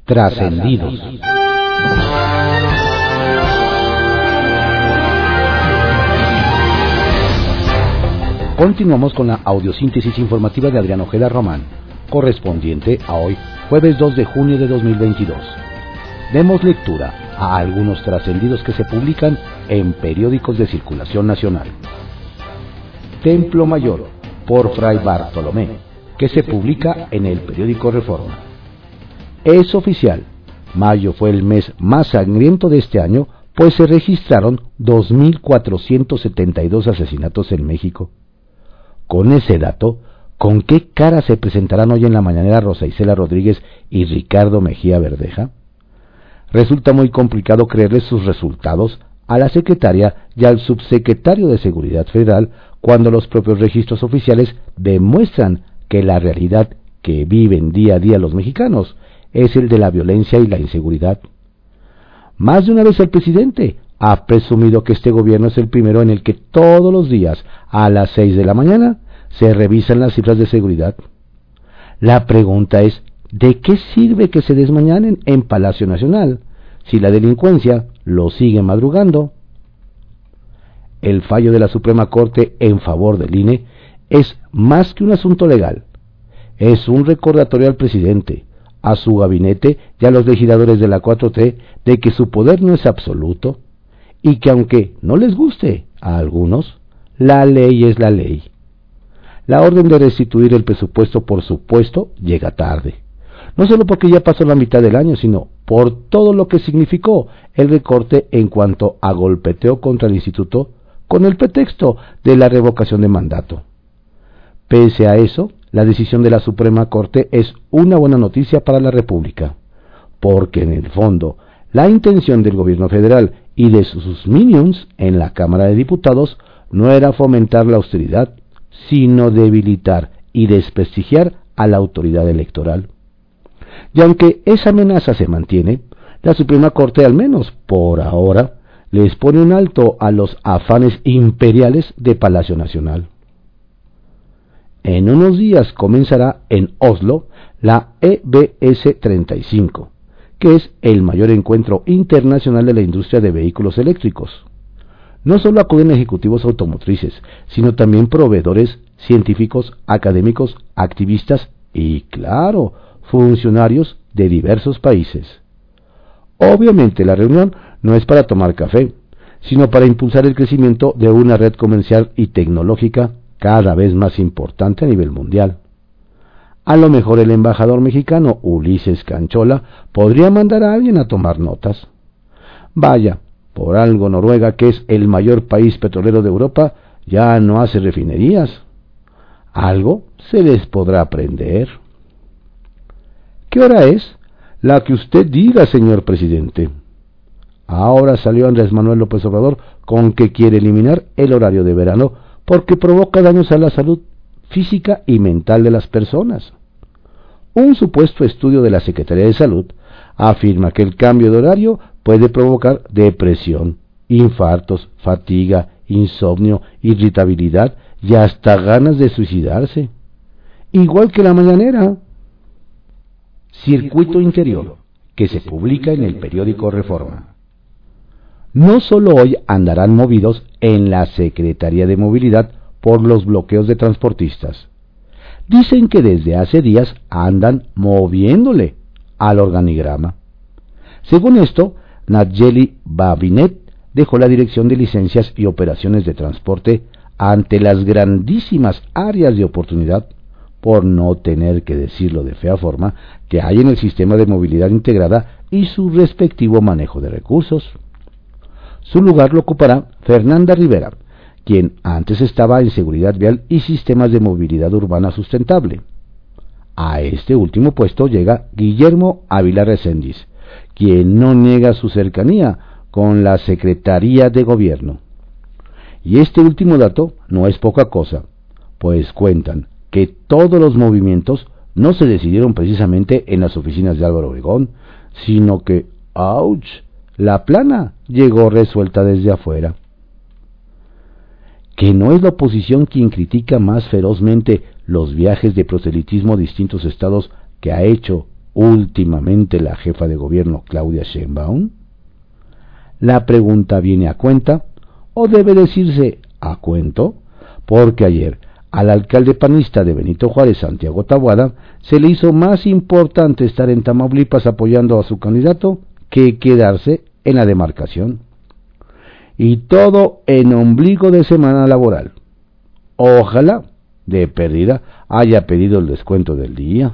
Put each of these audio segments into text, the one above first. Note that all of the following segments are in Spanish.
Trascendidos. Continuamos con la audiosíntesis informativa de Adrián Ojeda Román, correspondiente a hoy, jueves 2 de junio de 2022. Demos lectura a algunos trascendidos que se publican en periódicos de circulación nacional. Templo Mayor, por Fray Bartolomé, que se publica en el periódico Reforma. Es oficial, mayo fue el mes más sangriento de este año, pues se registraron 2.472 asesinatos en México. Con ese dato, ¿con qué cara se presentarán hoy en la mañanera Rosa Isela Rodríguez y Ricardo Mejía Verdeja? Resulta muy complicado creerles sus resultados a la secretaria y al subsecretario de Seguridad Federal cuando los propios registros oficiales demuestran que la realidad que viven día a día los mexicanos es el de la violencia y la inseguridad. Más de una vez el presidente ha presumido que este gobierno es el primero en el que todos los días a las 6 de la mañana se revisan las cifras de seguridad. La pregunta es, ¿de qué sirve que se desmañanen en Palacio Nacional si la delincuencia lo sigue madrugando? El fallo de la Suprema Corte en favor del INE es más que un asunto legal. Es un recordatorio al presidente, a su gabinete y a los legisladores de la 4T de que su poder no es absoluto y que aunque no les guste a algunos, la ley es la ley. La orden de restituir el presupuesto, por supuesto, llega tarde. No solo porque ya pasó la mitad del año, sino por todo lo que significó el recorte en cuanto a golpeteo contra el instituto con el pretexto de la revocación de mandato. Pese a eso, la decisión de la Suprema Corte es una buena noticia para la República, porque en el fondo, la intención del gobierno federal y de sus minions en la Cámara de Diputados no era fomentar la austeridad, sino debilitar y desprestigiar a la autoridad electoral. Y aunque esa amenaza se mantiene, la Suprema Corte, al menos por ahora, les pone un alto a los afanes imperiales de Palacio Nacional. En unos días comenzará en Oslo la EBS 35, que es el mayor encuentro internacional de la industria de vehículos eléctricos. No solo acuden ejecutivos automotrices, sino también proveedores, científicos, académicos, activistas y, claro, funcionarios de diversos países. Obviamente la reunión no es para tomar café, sino para impulsar el crecimiento de una red comercial y tecnológica cada vez más importante a nivel mundial. A lo mejor el embajador mexicano Ulises Canchola podría mandar a alguien a tomar notas. Vaya, por algo Noruega, que es el mayor país petrolero de Europa, ya no hace refinerías. Algo se les podrá aprender. ¿Qué hora es? La que usted diga, señor presidente. Ahora salió Andrés Manuel López Obrador con que quiere eliminar el horario de verano porque provoca daños a la salud física y mental de las personas. Un supuesto estudio de la Secretaría de Salud afirma que el cambio de horario puede provocar depresión, infartos, fatiga, insomnio, irritabilidad y hasta ganas de suicidarse. Igual que la mañanera. Circuito Interior, que se publica en el periódico Reforma. No solo hoy andarán movidos en la Secretaría de Movilidad por los bloqueos de transportistas. Dicen que desde hace días andan moviéndole al organigrama. Según esto, Nayeli Babinet dejó la Dirección de Licencias y Operaciones de Transporte ante las grandísimas áreas de oportunidad, por no tener que decirlo de fea forma, que hay en el sistema de movilidad integrada y su respectivo manejo de recursos. Su lugar lo ocupará Fernanda Rivera, quien antes estaba en Seguridad Vial y Sistemas de Movilidad Urbana Sustentable. A este último puesto llega Guillermo Ávila Recendis, quien no niega su cercanía con la Secretaría de Gobierno. Y este último dato no es poca cosa, pues cuentan que todos los movimientos no se decidieron precisamente en las oficinas de Álvaro Obregón, sino que, ¡ouch!, la plana llegó resuelta desde afuera. Que no es la oposición quien critica más ferozmente los viajes de proselitismo a distintos estados que ha hecho últimamente la jefa de gobierno Claudia Sheinbaum? La pregunta viene a cuenta, o debe decirse a cuento, porque ayer al alcalde panista de Benito Juárez, Santiago Taboada, se le hizo más importante estar en Tamaulipas apoyando a su candidato que quedarse en la demarcación. Y todo en ombligo de semana laboral. Ojalá, de perdida, haya pedido el descuento del día.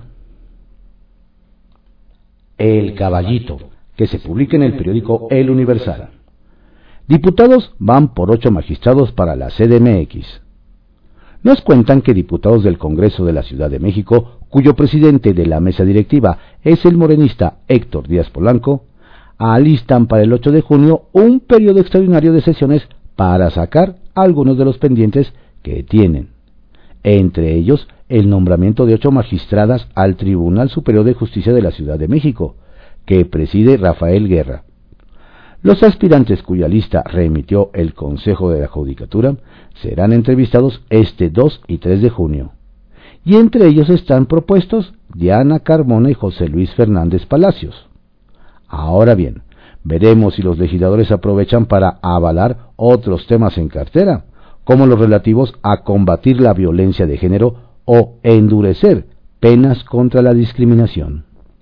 El Caballito, que se publica en el periódico El Universal. Diputados van por 8 magistrados para la CDMX. Nos cuentan que diputados del Congreso de la Ciudad de México, cuyo presidente de la mesa directiva es el morenista Héctor Díaz Polanco, alistan para el 8 de junio un periodo extraordinario de sesiones para sacar algunos de los pendientes que tienen, entre ellos el nombramiento de 8 magistradas al Tribunal Superior de Justicia de la Ciudad de México, que preside Rafael Guerra. Los aspirantes cuya lista remitió el Consejo de la Judicatura serán entrevistados este 2 y 3 de junio, y entre ellos están propuestos Diana Carmona y José Luis Fernández Palacios. Ahora bien, veremos si los legisladores aprovechan para avalar otros temas en cartera, como los relativos a combatir la violencia de género o endurecer penas contra la discriminación.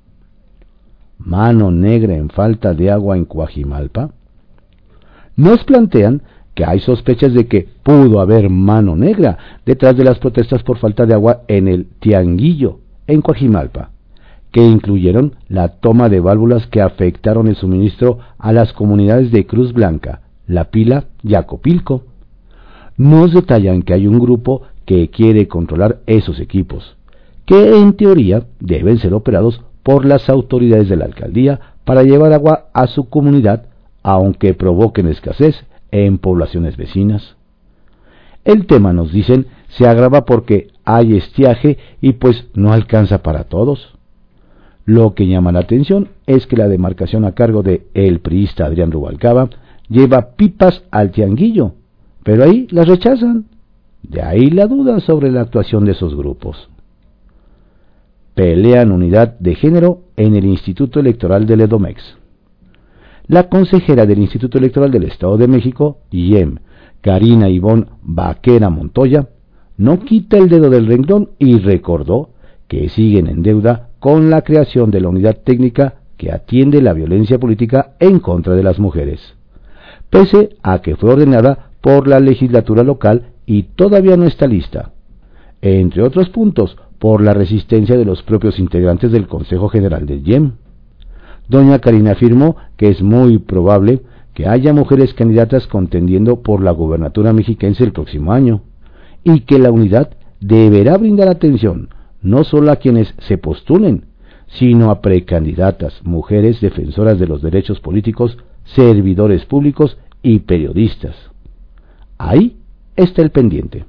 Mano negra en falta de agua en Coajimalpa. Nos plantean que hay sospechas de que pudo haber mano negra detrás de las protestas por falta de agua en el Tianguillo, en Coajimalpa, que incluyeron la toma de válvulas que afectaron el suministro a las comunidades de Cruz Blanca, La Pila y Acopilco. Nos detallan que hay un grupo que quiere controlar esos equipos, que en teoría deben ser operados por las autoridades de la alcaldía para llevar agua a su comunidad, aunque provoquen escasez en poblaciones vecinas. El tema, nos dicen, se agrava porque hay estiaje y pues no alcanza para todos. Lo que llama la atención es que la demarcación a cargo de el priista Adrián Rubalcaba lleva pipas al Tianguillo, pero ahí las rechazan. De ahí la duda sobre la actuación de esos grupos. Pelean unidad de género en el Instituto Electoral del Edomex. La consejera del Instituto Electoral del Estado de México, IEM, Karina Ivonne Vaquera Montoya, no quita el dedo del renglón y recordó que siguen en deuda con la creación de la unidad técnica que atiende la violencia política en contra de las mujeres, pese a que fue ordenada por la legislatura local y todavía no está lista, entre otros puntos por la resistencia de los propios integrantes del Consejo General del IEM. Doña Karina afirmó que es muy probable que haya mujeres candidatas contendiendo por la gubernatura mexiquense el próximo año, y que la unidad deberá brindar atención no solo a quienes se postulen, sino a precandidatas, mujeres defensoras de los derechos políticos, servidores públicos y periodistas. Ahí está el pendiente.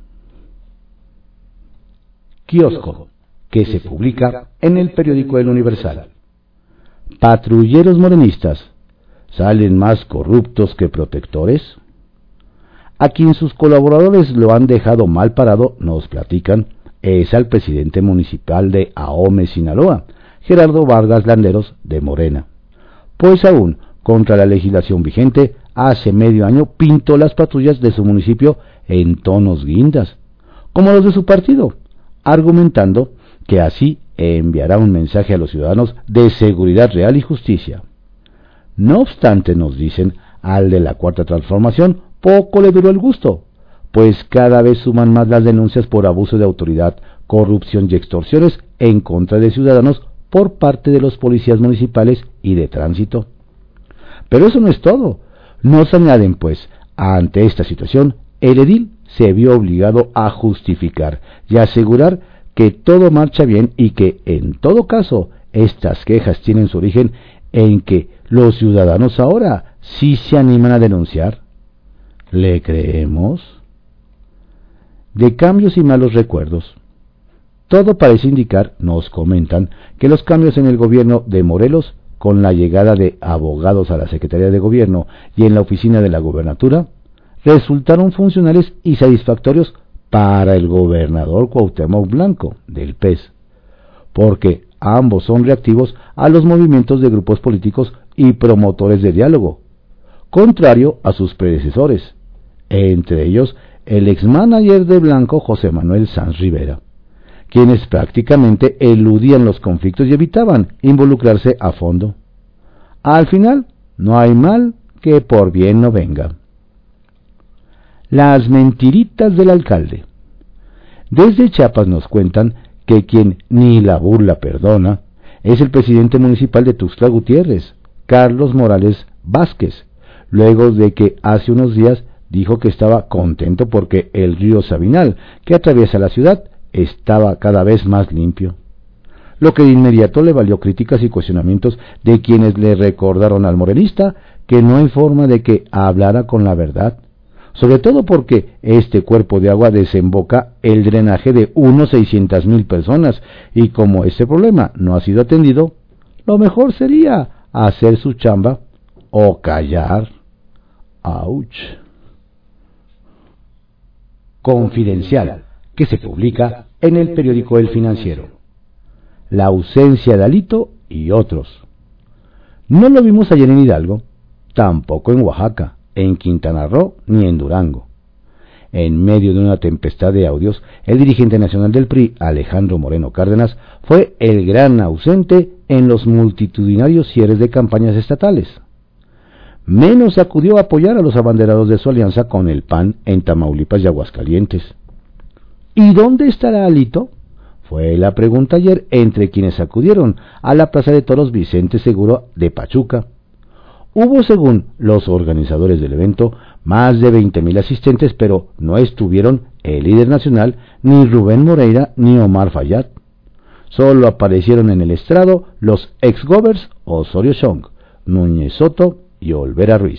Kiosco, que se publica en el periódico El Universal. Patrulleros morenistas, ¿salen más corruptos que protectores? A quien sus colaboradores lo han dejado mal parado, nos platican, es al presidente municipal de Ahome, Sinaloa, Gerardo Vargas Landeros, de Morena. Pues aún, contra la legislación vigente, hace medio año pintó las patrullas de su municipio en tonos guindas, como los de su partido, argumentando que así enviará un mensaje a los ciudadanos de seguridad real y justicia. No obstante, nos dicen, al de la Cuarta Transformación poco le duró el gusto, pues cada vez suman más las denuncias por abuso de autoridad, corrupción y extorsiones en contra de ciudadanos por parte de los policías municipales y de tránsito. Pero eso no es todo. Nos añaden, pues, ante esta situación, el edil se vio obligado a justificar y asegurar que todo marcha bien y que, en todo caso, estas quejas tienen su origen en que los ciudadanos ahora sí se animan a denunciar. ¿Le creemos? De cambios y malos recuerdos. Todo parece indicar, nos comentan, que los cambios en el gobierno de Morelos, con la llegada de abogados a la Secretaría de Gobierno y en la oficina de la gobernatura, resultaron funcionales y satisfactorios para el gobernador Cuauhtémoc Blanco, del PES, porque ambos son reactivos a los movimientos de grupos políticos y promotores de diálogo, contrario a sus predecesores, entre ellos el ex-manager de Blanco José Manuel Sanz Rivera, quienes prácticamente eludían los conflictos y evitaban involucrarse a fondo. Al final, no hay mal que por bien no venga. Las mentiritas del alcalde. Desde Chiapas nos cuentan que quien ni la burla perdona es el presidente municipal de Tuxtla Gutiérrez, Carlos Morales Vázquez, luego de que hace unos días dijo que estaba contento porque el río Sabinal, que atraviesa la ciudad, estaba cada vez más limpio, lo que de inmediato le valió críticas y cuestionamientos de quienes le recordaron al morenista que no hay forma de que hablara con la verdad, sobre todo porque este cuerpo de agua desemboca el drenaje de unos 600,000 personas, y como este problema no ha sido atendido, lo mejor sería hacer su chamba o callar. ¡Auch! Confidencial, que se publica en el periódico El Financiero. La ausencia de Alito y otros. No lo vimos ayer en Hidalgo, tampoco en Oaxaca, en Quintana Roo ni en Durango. En medio de una tempestad de audios, el dirigente nacional del PRI, Alejandro Moreno Cárdenas, fue el gran ausente en los multitudinarios cierres de campañas estatales. Menos acudió a apoyar a los abanderados de su alianza con el PAN en Tamaulipas y Aguascalientes. ¿Y dónde estará Alito? Fue la pregunta ayer entre quienes acudieron a la Plaza de Toros Vicente Seguro de Pachuca. Hubo, según los organizadores del evento, más de 20,000 asistentes, pero no estuvieron el líder nacional, ni Rubén Moreira, ni Omar Fayad. Solo aparecieron en el estrado los ex-govers Osorio Chong, Núñez Soto y Olvera Ruiz.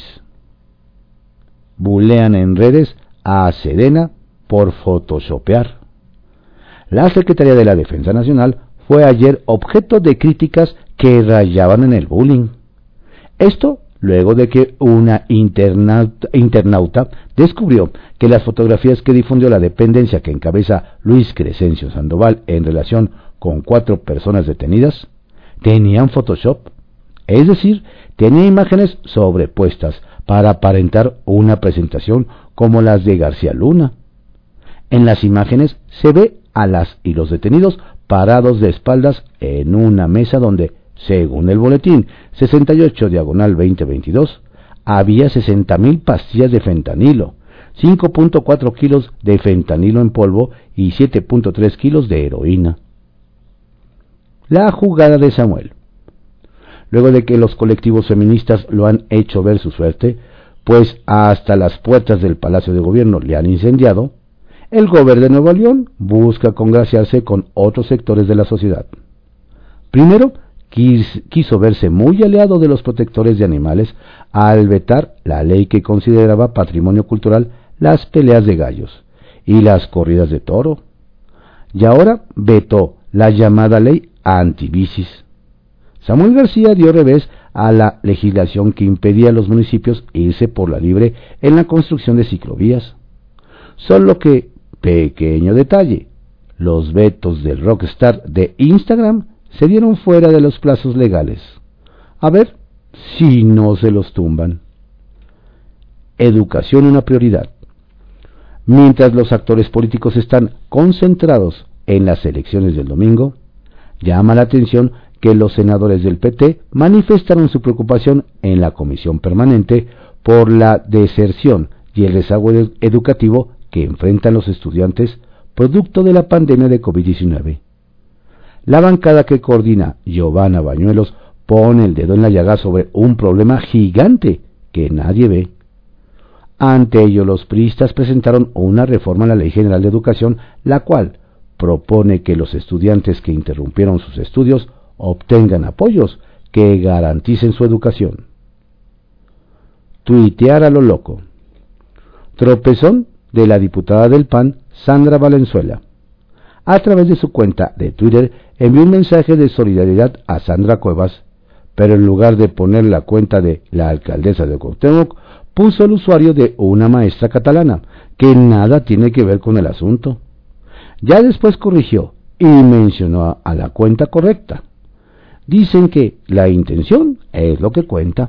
Bulean en redes a Sedena por photoshopear. La Secretaría de la Defensa Nacional fue ayer objeto de críticas que rayaban en el bullying. Esto luego de que una internauta descubrió que las fotografías que difundió la dependencia que encabeza Luis Crescencio Sandoval en relación con 4 personas detenidas tenían Photoshop, es decir, tenía imágenes sobrepuestas para aparentar una presentación como las de García Luna. En las imágenes se ve a las y los detenidos parados de espaldas en una mesa donde, según el boletín 68/2022, había 60,000 pastillas de fentanilo, 5.4 kilos de fentanilo en polvo y 7.3 kilos de heroína. La jugada de Samuel. Luego de que los colectivos feministas lo han hecho ver su suerte, pues hasta las puertas del Palacio de Gobierno le han incendiado, el gobierno de Nuevo León busca congraciarse con otros sectores de la sociedad. Primero, quiso verse muy aliado de los protectores de animales al vetar la ley que consideraba patrimonio cultural las peleas de gallos y las corridas de toro. Y ahora vetó la llamada ley antibicis. Samuel García dio revés a la legislación que impedía a los municipios irse por la libre en la construcción de ciclovías. Solo que, pequeño detalle, los vetos del rockstar de Instagram se dieron fuera de los plazos legales. A ver si no se los tumban. Educación una prioridad. Mientras los actores políticos están concentrados en las elecciones del domingo, llama la atención que los senadores del PT manifestaron su preocupación en la comisión permanente por la deserción y el rezago educativo que enfrentan los estudiantes producto de la pandemia de COVID-19. La bancada que coordina Giovanna Bañuelos pone el dedo en la llaga sobre un problema gigante que nadie ve. Ante ello, los priistas presentaron una reforma a la Ley General de Educación, la cual propone que los estudiantes que interrumpieron sus estudios obtengan apoyos que garanticen su educación. Tuitear a lo loco. Tropezón de la diputada del PAN, Sandra Valenzuela. A través de su cuenta de Twitter envió un mensaje de solidaridad a Sandra Cuevas, pero en lugar de poner la cuenta de la alcaldesa de Cuauhtémoc, puso el usuario de una maestra catalana, que nada tiene que ver con el asunto. Ya después corrigió y mencionó a la cuenta correcta, Dicen que la intención es lo que cuenta.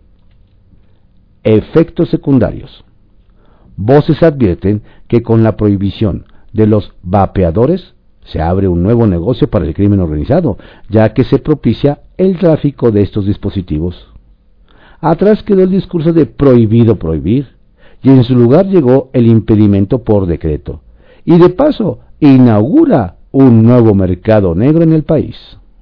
Efectos secundarios. Voces advierten que con la prohibición de los vapeadores se abre un nuevo negocio para el crimen organizado, ya que se propicia el tráfico de estos dispositivos. Atrás quedó el discurso de prohibido prohibir, y en su lugar llegó el impedimento por decreto, y de paso inaugura un nuevo mercado negro en el país.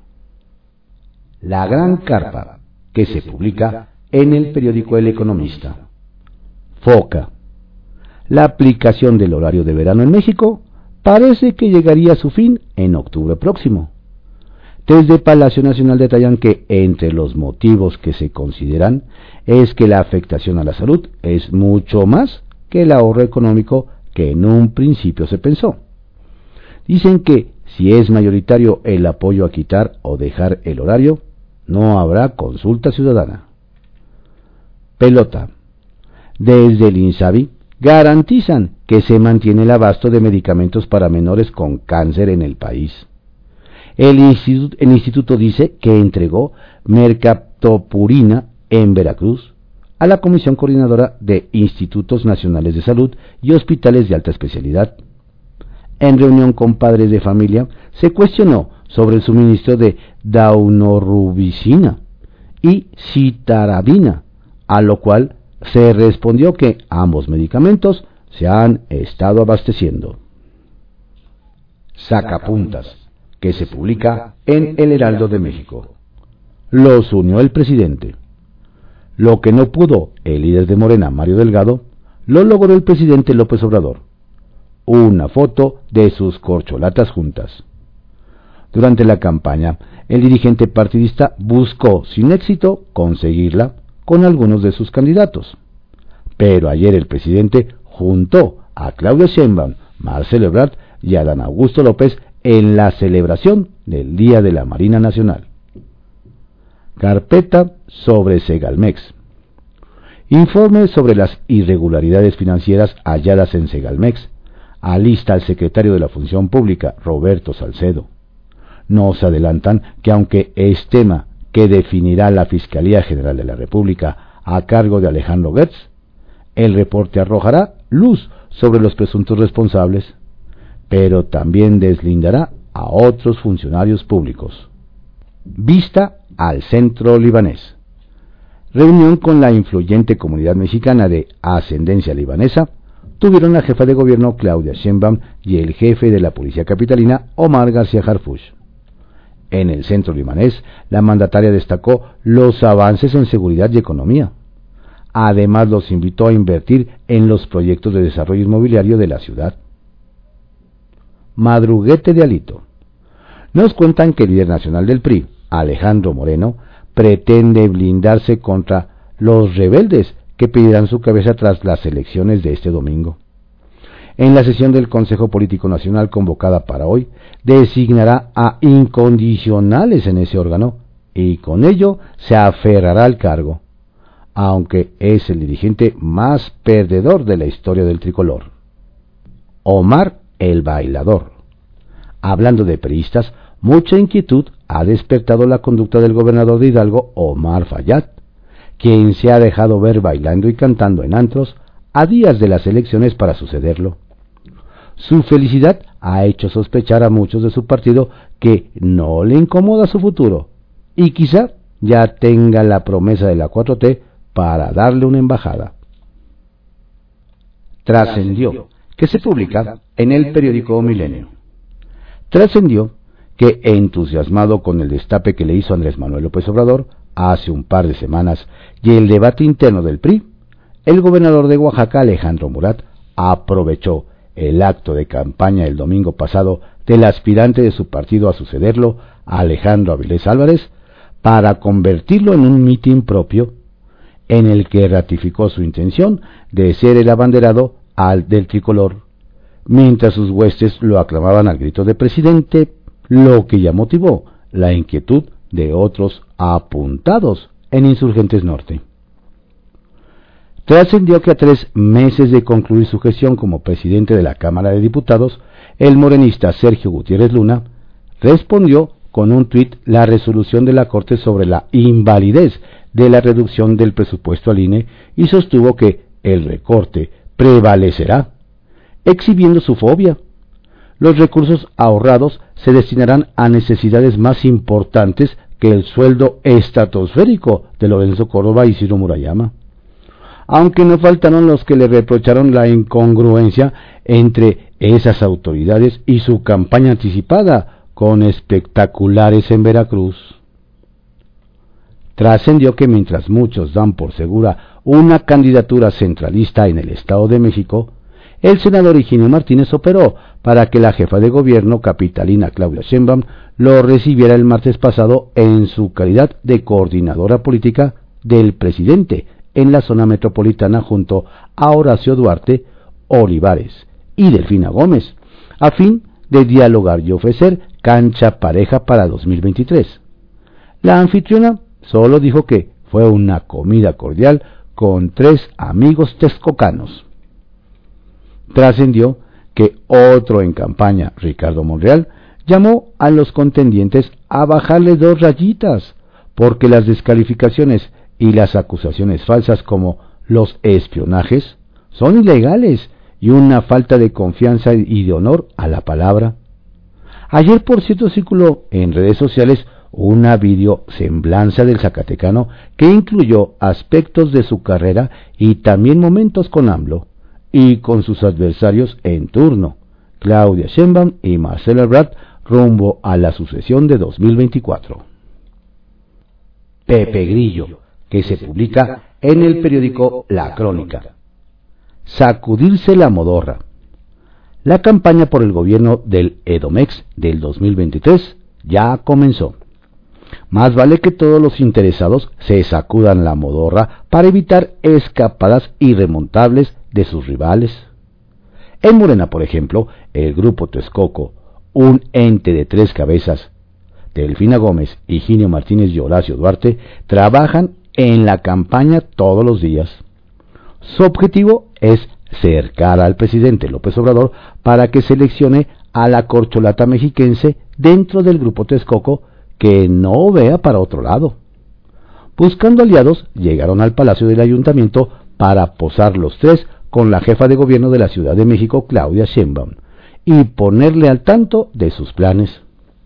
La Gran Carpa, que se publica en el periódico El Economista. Foca. La aplicación del horario de verano en México parece que llegaría a su fin en octubre próximo. Desde Palacio Nacional detallan que entre los motivos que se consideran es que la afectación a la salud es mucho más que el ahorro económico que en un principio se pensó. Dicen que si es mayoritario el apoyo a quitar o dejar el horario, no habrá consulta ciudadana. Pelota. Desde el INSABI garantizan que se mantiene el abasto de medicamentos para menores con cáncer en el país. El instituto dice que entregó mercaptopurina en Veracruz a la Comisión Coordinadora de Institutos Nacionales de Salud y Hospitales de Alta Especialidad. En reunión con padres de familia se cuestionó sobre el suministro de daunorubicina y citaradina, a lo cual se respondió que ambos medicamentos se han estado abasteciendo. Sacapuntas, que se publica en El Heraldo de México. Los unió el presidente. Lo que no pudo el líder de Morena, Mario Delgado, lo logró el presidente López Obrador. Una foto de sus corcholatas juntas. Durante la campaña, el dirigente partidista buscó sin éxito conseguirla con algunos de sus candidatos. Pero ayer el presidente juntó a Claudia Sheinbaum, Marcelo Ebrard y Adán Augusto López en la celebración del Día de la Marina Nacional. Carpeta sobre Segalmex. Informe sobre las irregularidades financieras halladas en Segalmex. Alista al secretario de la Función Pública, Roberto Salcedo. Nos adelantan que aunque es tema que definirá la Fiscalía General de la República a cargo de Alejandro Gertz, el reporte arrojará luz sobre los presuntos responsables, pero también deslindará a otros funcionarios públicos. Vista al centro libanés. Reunión con la influyente comunidad mexicana de ascendencia libanesa tuvieron la jefa de gobierno Claudia Sheinbaum y el jefe de la policía capitalina Omar García Harfuch. En el centro libanés, la mandataria destacó los avances en seguridad y economía. Además, los invitó a invertir en los proyectos de desarrollo inmobiliario de la ciudad. Madruguete de Alito. Nos cuentan que el líder nacional del PRI, Alejandro Moreno, pretende blindarse contra los rebeldes que pedirán su cabeza tras las elecciones de este domingo. En la sesión del Consejo Político Nacional convocada para hoy, designará a incondicionales en ese órgano y con ello se aferrará al cargo, aunque es el dirigente más perdedor de la historia del tricolor. Omar el Bailador. Hablando de priistas, mucha inquietud ha despertado la conducta del gobernador de Hidalgo, Omar Fayad, quien se ha dejado ver bailando y cantando en antros a días de las elecciones para sucederlo. Su felicidad ha hecho sospechar a muchos de su partido que no le incomoda su futuro y quizá ya tenga la promesa de la 4T para darle una embajada. Trascendió, que se publica en el periódico Milenio. Trascendió que, entusiasmado con el destape que le hizo Andrés Manuel López Obrador hace un par de semanas y el debate interno del PRI, el gobernador de Oaxaca, Alejandro Murat, aprovechó el acto de campaña el domingo pasado del aspirante de su partido a sucederlo, Alejandro Avilés Álvarez, para convertirlo en un mitin propio en el que ratificó su intención de ser el abanderado del tricolor, mientras sus huestes lo aclamaban al grito de presidente, lo que ya motivó la inquietud de otros apuntados en Insurgentes Norte. Trascendió que a 3 meses de concluir su gestión como presidente de la Cámara de Diputados, el morenista Sergio Gutiérrez Luna respondió con un tuit la resolución de la Corte sobre la invalidez de la reducción del presupuesto al INE y sostuvo que el recorte prevalecerá, exhibiendo su fobia. Los recursos ahorrados se destinarán a necesidades más importantes que el sueldo estratosférico de Lorenzo Córdoba y Ciro Murayama. Aunque no faltaron los que le reprocharon la incongruencia entre esas autoridades y su campaña anticipada con espectaculares en Veracruz. Trascendió que mientras muchos dan por segura una candidatura centralista en el Estado de México, el senador Higinio Martínez operó para que la jefa de gobierno capitalina Claudia Sheinbaum lo recibiera el martes pasado en su calidad de coordinadora política del presidente en la zona metropolitana junto a Horacio Duarte Olivares y Delfina Gómez, a fin de dialogar y ofrecer cancha pareja para 2023. La anfitriona solo dijo que fue una comida cordial con 3 amigos texcocanos. Trascendió que otro en campaña, Ricardo Monreal, llamó a los contendientes a bajarle 2 rayitas, porque las descalificaciones y las acusaciones falsas como los espionajes son ilegales y una falta de confianza y de honor a la palabra. Ayer, por cierto, circuló en redes sociales una videosemblanza del zacatecano que incluyó aspectos de su carrera y también momentos con AMLO y con sus adversarios en turno, Claudia Sheinbaum y Marcelo Ebrard, rumbo a la sucesión de 2024. Pepe Grillo, que se publica en el periódico La Crónica. Sacudirse la modorra. La campaña por el gobierno del Edomex del 2023 ya comenzó. Más vale que todos los interesados se sacudan la modorra para evitar escapadas irremontables de sus rivales. En Morena, por ejemplo, el grupo Texcoco, un ente de 3 cabezas, Delfina Gómez, Higinio Martínez y Horacio Duarte, trabajan en la campaña todos los días. Su objetivo es cercar al presidente López Obrador para que seleccione a la corcholata mexiquense dentro del grupo Texcoco que no vea para otro lado. Buscando aliados, llegaron al Palacio del Ayuntamiento para posar los 3 con la jefa de gobierno de la Ciudad de México, Claudia Sheinbaum, y ponerle al tanto de sus planes.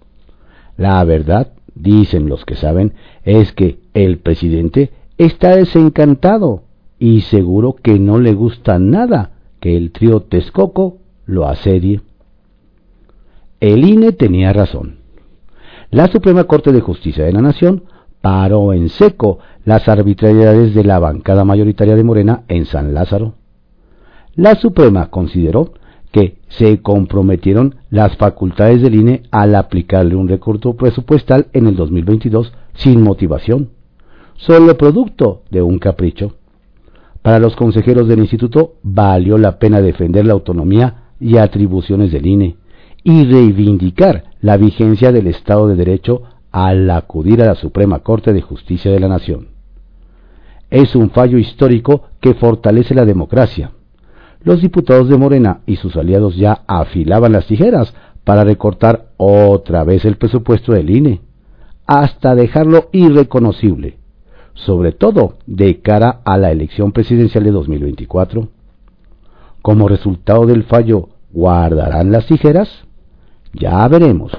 La verdad, dicen los que saben, es que el presidente está desencantado y seguro que no le gusta nada que el trío Texcoco lo asedie. El INE tenía razón. La Suprema Corte de Justicia de la Nación paró en seco las arbitrariedades de la bancada mayoritaria de Morena en San Lázaro. La Suprema consideró que se comprometieron las facultades del INE al aplicarle un recorte presupuestal en el 2022 sin motivación, solo producto de un capricho. Para los consejeros del instituto valió la pena defender la autonomía y atribuciones del INE y reivindicar la vigencia del Estado de Derecho al acudir a la Suprema Corte de Justicia de la Nación. Es un fallo histórico que fortalece la democracia. Los diputados de Morena y sus aliados ya afilaban las tijeras para recortar otra vez el presupuesto del INE, hasta dejarlo irreconocible, sobre todo de cara a la elección presidencial de 2024. Como resultado del fallo, ¿guardarán las tijeras? Ya veremos.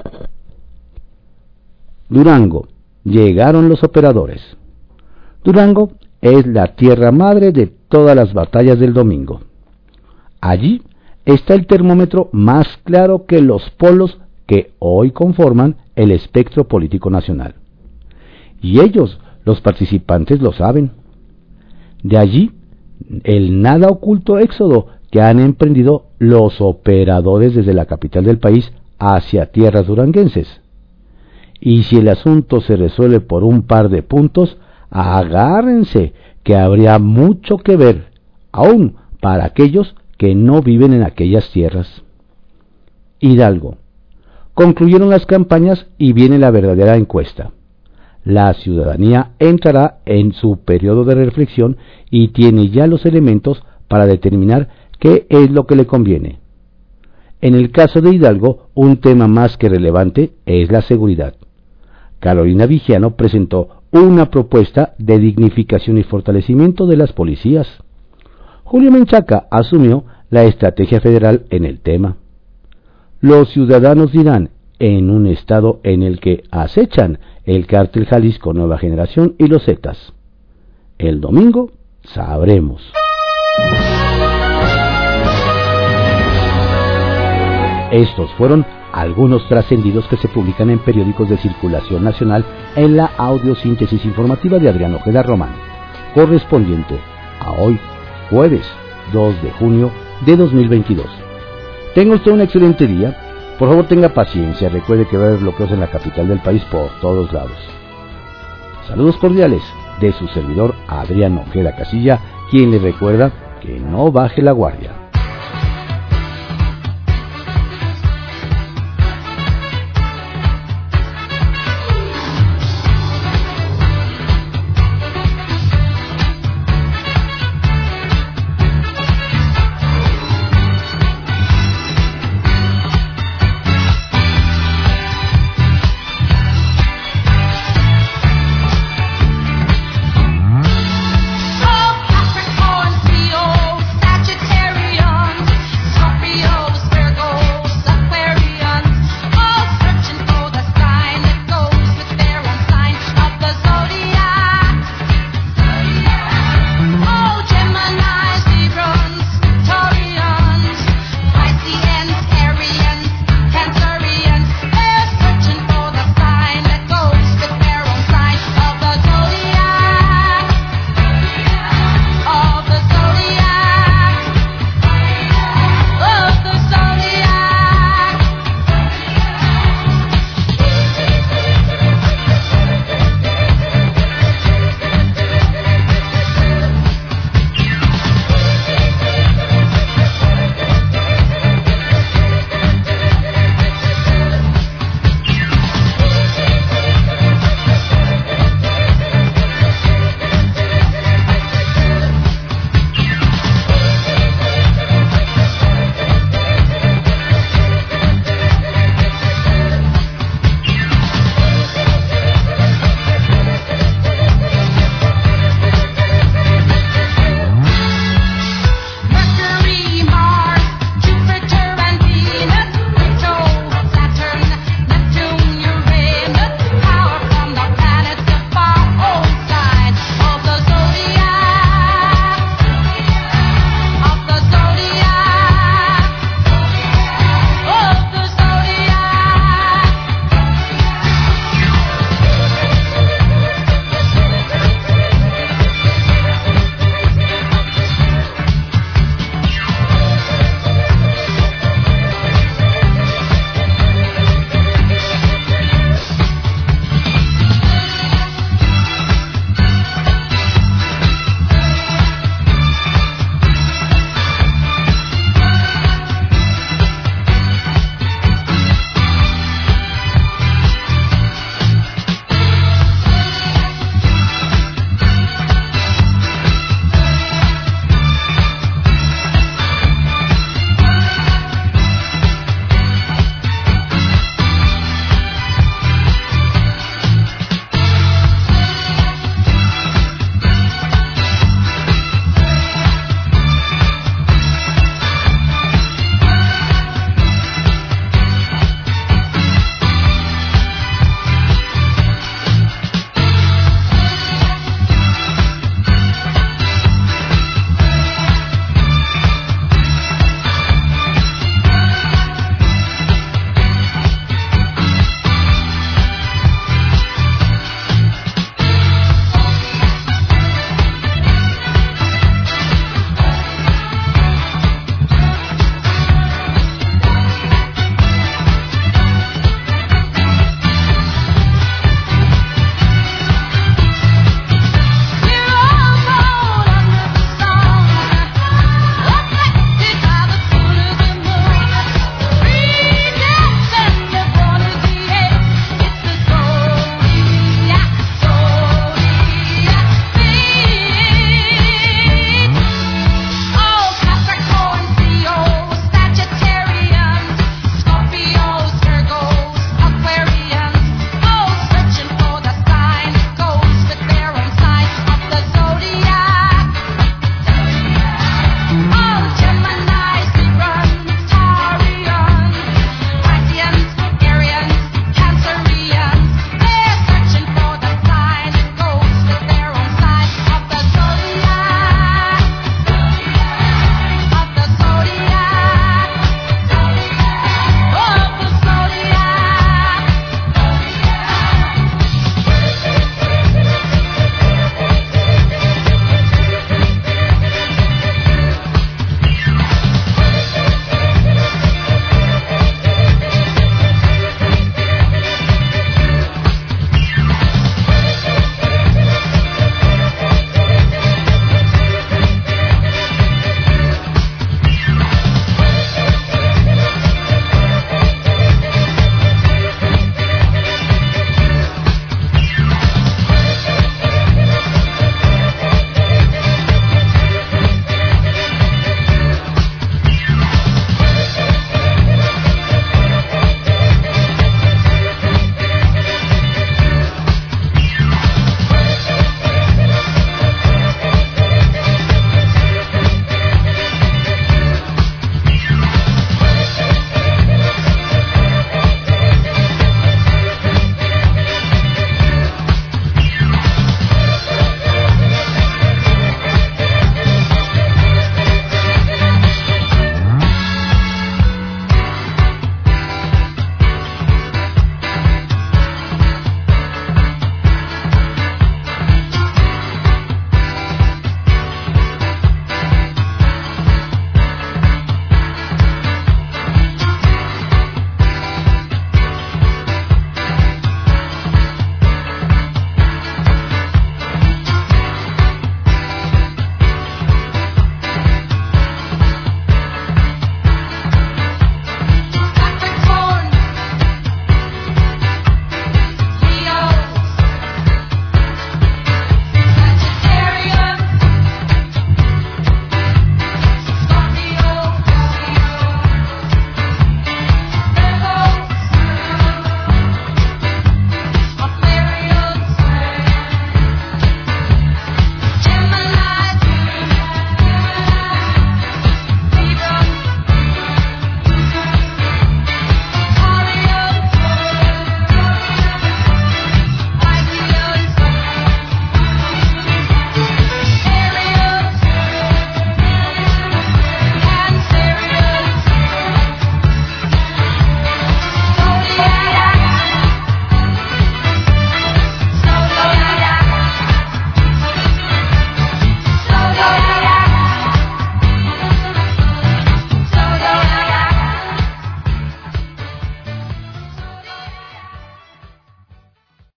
Durango. Llegaron los operadores. Durango es la tierra madre de todas las batallas del domingo. Allí está el termómetro más claro que los polos que hoy conforman el espectro político nacional. Y ellos, los participantes, lo saben. De allí, el nada oculto éxodo que han emprendido los operadores desde la capital del país hacia tierras duranguenses. Y si el asunto se resuelve por un par de puntos, agárrense, que habría mucho que ver, aún para aquellos que no viven en aquellas tierras. Hidalgo. Concluyeron las campañas y viene la verdadera encuesta. La ciudadanía entrará en su periodo de reflexión y tiene ya los elementos para determinar qué es lo que le conviene. En el caso de Hidalgo, un tema más que relevante es la seguridad. Carolina Vigiano presentó una propuesta de dignificación y fortalecimiento de las policías. Julio Menchaca asumió la estrategia federal en el tema. Los ciudadanos dirán, en un estado en el que acechan el cártel Jalisco Nueva Generación y los Zetas. El domingo sabremos. Estos fueron algunos trascendidos que se publican en periódicos de circulación nacional en la audiosíntesis informativa de Adrián Ojeda Román, correspondiente a hoy, jueves 2 de junio de 2022. Tenga usted un excelente día. Por favor, tenga paciencia. Recuerde que va a haber bloqueos en la capital del país por todos lados. Saludos cordiales de su servidor Adrián Ojeda Casilla, quien le recuerda que no baje la guardia.